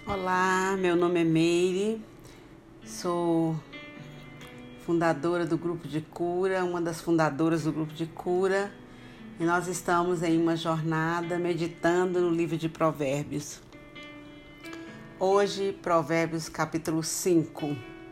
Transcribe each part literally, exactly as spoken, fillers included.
Olá, meu nome é Meire, sou fundadora do Grupo de Cura, uma das fundadoras do Grupo de Cura, e nós estamos em uma jornada meditando no livro de Provérbios. Hoje, Provérbios capítulo cinco,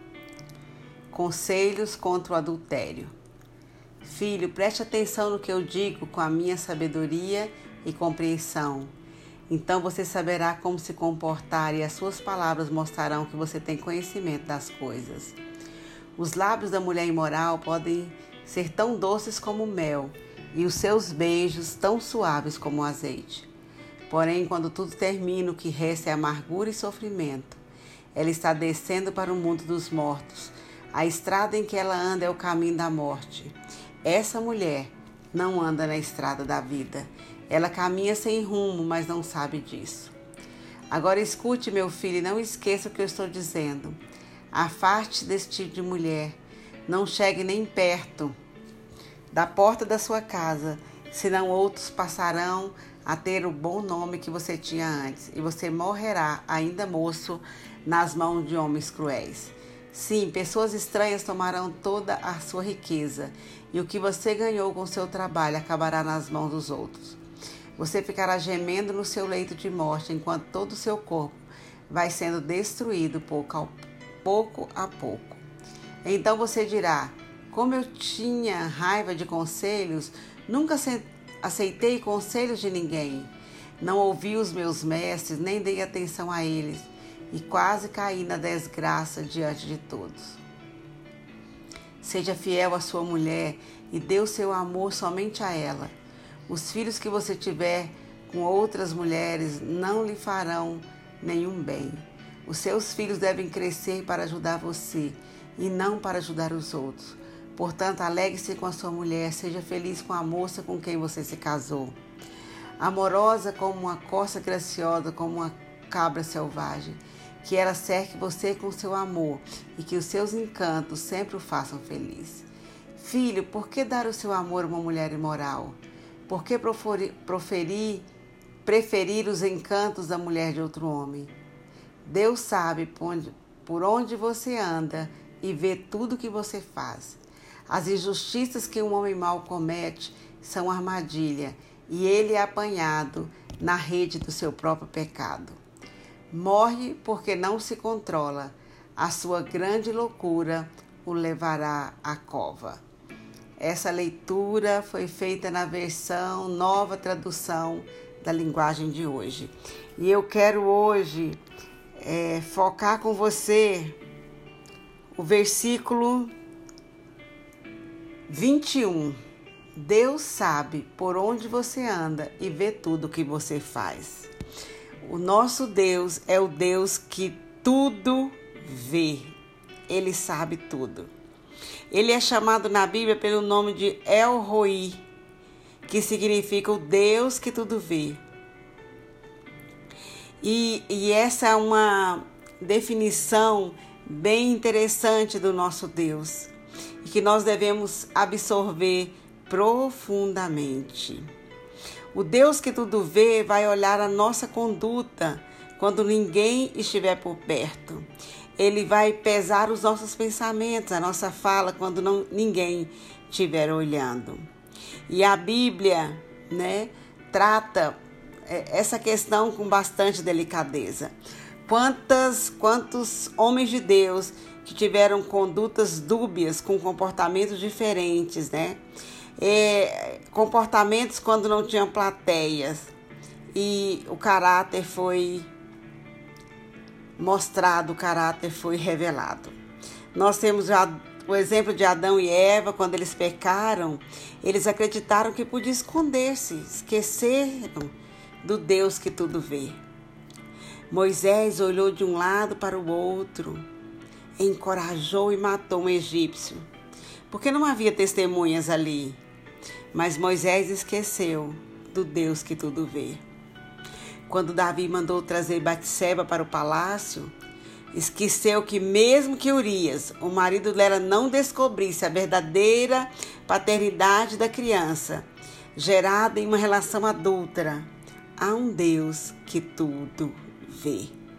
Conselhos contra o adultério. Filho, preste atenção no que eu digo com a minha sabedoria e compreensão. Então você saberá como se comportar e as suas palavras mostrarão que você tem conhecimento das coisas. Os lábios da mulher imoral podem ser tão doces como mel e os seus beijos tão suaves como o azeite. Porém, quando tudo termina, o que resta é amargura e sofrimento. Ela está descendo para o mundo dos mortos. A estrada em que ela anda é o caminho da morte. Essa mulher não anda na estrada da vida. Ela caminha sem rumo, mas não sabe disso. Agora escute, meu filho, e não esqueça o que eu estou dizendo. Afaste desse tipo de mulher. Não chegue nem perto da porta da sua casa, senão outros passarão a ter o bom nome que você tinha antes, e você morrerá, ainda moço, nas mãos de homens cruéis. Sim, pessoas estranhas tomarão toda a sua riqueza, e o que você ganhou com seu trabalho acabará nas mãos dos outros. Você ficará gemendo no seu leito de morte, enquanto todo o seu corpo vai sendo destruído pouco a pouco. A pouco. Então você dirá, como eu tinha raiva de conselhos, nunca aceitei conselhos de ninguém. Não ouvi os meus mestres, nem dei atenção a eles, e quase caí na desgraça diante de todos. Seja fiel à sua mulher e dê o seu amor somente a ela. Os filhos que você tiver com outras mulheres não lhe farão nenhum bem. Os seus filhos devem crescer para ajudar você e não para ajudar os outros. Portanto, alegre-se com a sua mulher, seja feliz com a moça com quem você se casou. Amorosa como uma corça graciosa, como uma cabra selvagem. Que ela cerque você com seu amor e que os seus encantos sempre o façam feliz. Filho, por que dar o seu amor a uma mulher imoral? Por que proferir, preferir os encantos da mulher de outro homem? Deus sabe por onde você anda e vê tudo o que você faz. As injustiças que um homem mau comete são armadilha, e ele é apanhado na rede do seu próprio pecado. Morre porque não se controla. A sua grande loucura o levará à cova. Essa leitura foi feita na versão Nova Tradução da Linguagem de Hoje. E eu quero hoje é, focar com você o versículo vinte e um. Deus sabe por onde você anda e vê tudo o que você faz. O nosso Deus é o Deus que tudo vê. Ele sabe tudo. Ele é chamado na Bíblia pelo nome de El Roi, que significa o Deus que tudo vê. E, e essa é uma definição bem interessante do nosso Deus, e que nós devemos absorver profundamente. O Deus que tudo vê vai olhar a nossa conduta quando ninguém estiver por perto. Ele vai pesar os nossos pensamentos, a nossa fala, quando não, ninguém estiver olhando. E a Bíblia, né, trata essa questão com bastante delicadeza. Quantas, quantos homens de Deus que tiveram condutas dúbias, com comportamentos diferentes, né? É, comportamentos quando não tinham plateias, e o caráter foi mostrado, o caráter foi revelado. Nós temos já o exemplo de Adão e Eva. Quando eles pecaram, eles acreditaram que podia esconder-se, esqueceram do Deus que tudo vê. Moisés olhou de um lado para o outro, encorajou e matou um egípcio, porque não havia testemunhas ali. Mas Moisés esqueceu do Deus que tudo vê. Quando Davi mandou trazer Batseba para o palácio, esqueceu que mesmo que Urias, o marido dela, não descobrisse a verdadeira paternidade da criança, gerada em uma relação adúltera, há um Deus que tudo vê.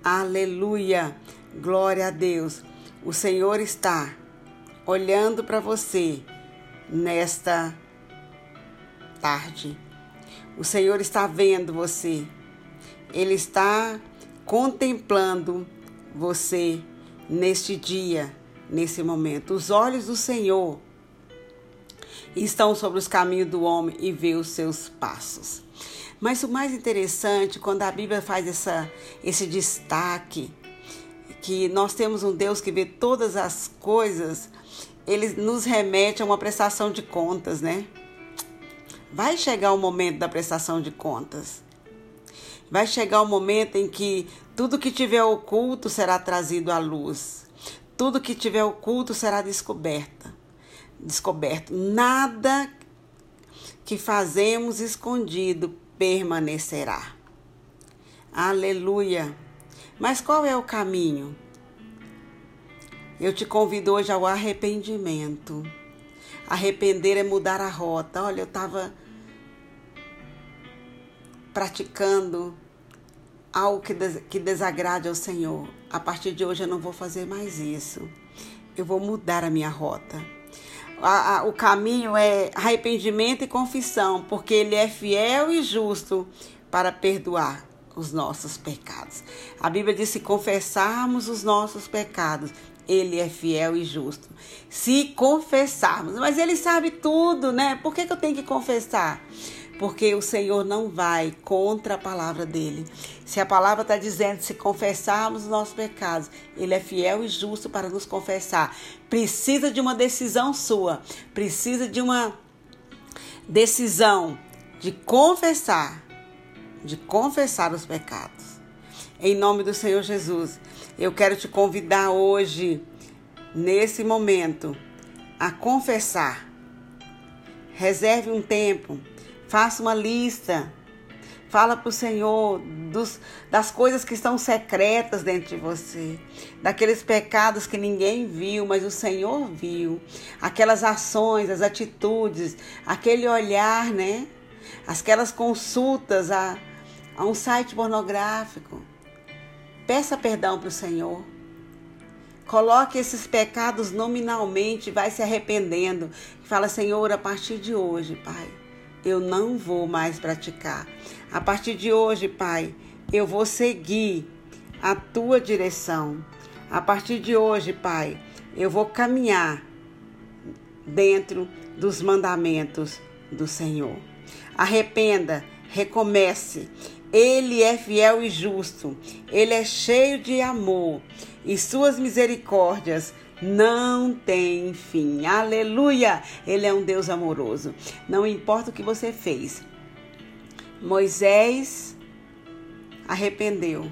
Aleluia! Glória a Deus! O Senhor está olhando para você nesta tarde. O Senhor está vendo você. Ele está contemplando você neste dia, nesse momento. Os olhos do Senhor estão sobre os caminhos do homem e vê os seus passos. Mas o mais interessante, quando a Bíblia faz essa, esse destaque, que nós temos um Deus que vê todas as coisas, ele nos remete a uma prestação de contas, né? Vai chegar o momento da prestação de contas. Vai chegar o momento em que tudo que tiver oculto será trazido à luz. Tudo que tiver oculto será descoberto. Descoberto. Nada que fazemos escondido permanecerá. Aleluia. Mas qual é o caminho? Eu te convido hoje ao arrependimento. Arrepender é mudar a rota. Olha, eu estava praticando algo que, des- que desagrade ao Senhor. A partir de hoje eu não vou fazer mais isso. Eu vou mudar a minha rota. A, a, o caminho é arrependimento e confissão, porque Ele é fiel e justo para perdoar os nossos pecados. A Bíblia diz: se confessarmos os nossos pecados, Ele é fiel e justo. Se confessarmos, mas Ele sabe tudo, né? Por que que eu tenho que confessar? Porque o Senhor não vai contra a palavra dele. Se a palavra está dizendo, se confessarmos os nossos pecados, Ele é fiel e justo para nos confessar. Precisa de uma decisão sua. Precisa de uma decisão de confessar. De confessar os pecados. Em nome do Senhor Jesus, eu quero te convidar hoje, nesse momento, a confessar. Reserve um tempo. Faça uma lista, fala para o Senhor dos, das coisas que estão secretas dentro de você, daqueles pecados que ninguém viu, mas o Senhor viu, aquelas ações, as atitudes, aquele olhar, né? Aquelas consultas a, a um site pornográfico. Peça perdão para o Senhor. Coloque esses pecados nominalmente, vai se arrependendo. Fala: Senhor, a partir de hoje, Pai, eu não vou mais praticar. A partir de hoje, Pai, eu vou seguir a Tua direção. A partir de hoje, Pai, eu vou caminhar dentro dos mandamentos do Senhor. Arrependa, recomece. Ele é fiel e justo. Ele é cheio de amor e suas misericórdias não tem fim. Aleluia! Ele é um Deus amoroso. Não importa o que você fez. Moisés arrependeu.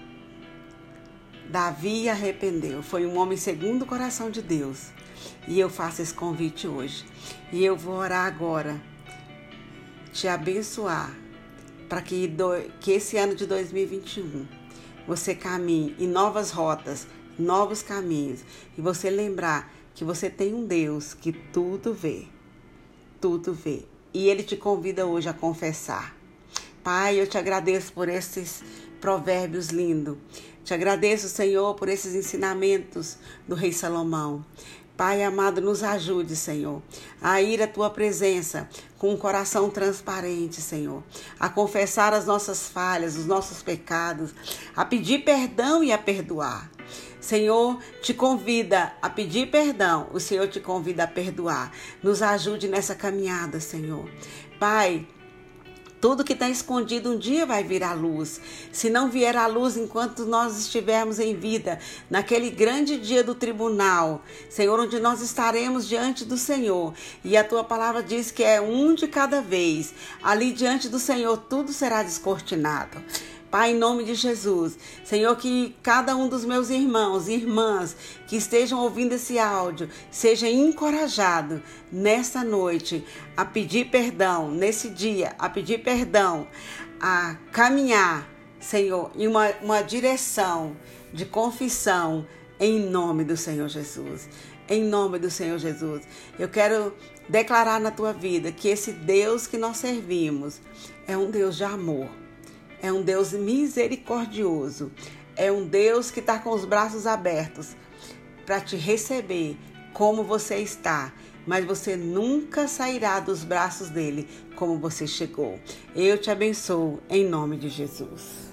Davi arrependeu. Foi um homem segundo o coração de Deus. E eu faço esse convite hoje. E eu vou orar agora. Te abençoar. Para que, do, que esse ano de dois mil e vinte e um você caminhe em novas rotas, novos caminhos, e você lembrar que você tem um Deus que tudo vê, tudo vê, e Ele te convida hoje a confessar. Pai, eu te agradeço por esses provérbios lindos, te agradeço, Senhor, por esses ensinamentos do rei Salomão. Pai amado, nos ajude, Senhor, a ir à Tua presença com um coração transparente, Senhor, a confessar as nossas falhas, os nossos pecados, a pedir perdão e a perdoar. Senhor, te convida a pedir perdão, o Senhor te convida a perdoar. Nos ajude nessa caminhada, Senhor. Pai, tudo que está escondido um dia vai vir à luz. Se não vier à luz enquanto nós estivermos em vida, naquele grande dia do tribunal, Senhor, onde nós estaremos diante do Senhor, e a Tua palavra diz que é um de cada vez, ali diante do Senhor tudo será descortinado. Pai, em nome de Jesus, Senhor, que cada um dos meus irmãos e irmãs que estejam ouvindo esse áudio seja encorajado nessa noite a pedir perdão, nesse dia, a pedir perdão, a caminhar, Senhor, em uma, uma direção de confissão, em nome do Senhor Jesus. Em nome do Senhor Jesus, eu quero declarar na tua vida que esse Deus que nós servimos é um Deus de amor. É um Deus misericordioso, é um Deus que está com os braços abertos para te receber como você está, mas você nunca sairá dos braços dele como você chegou. Eu te abençoo em nome de Jesus.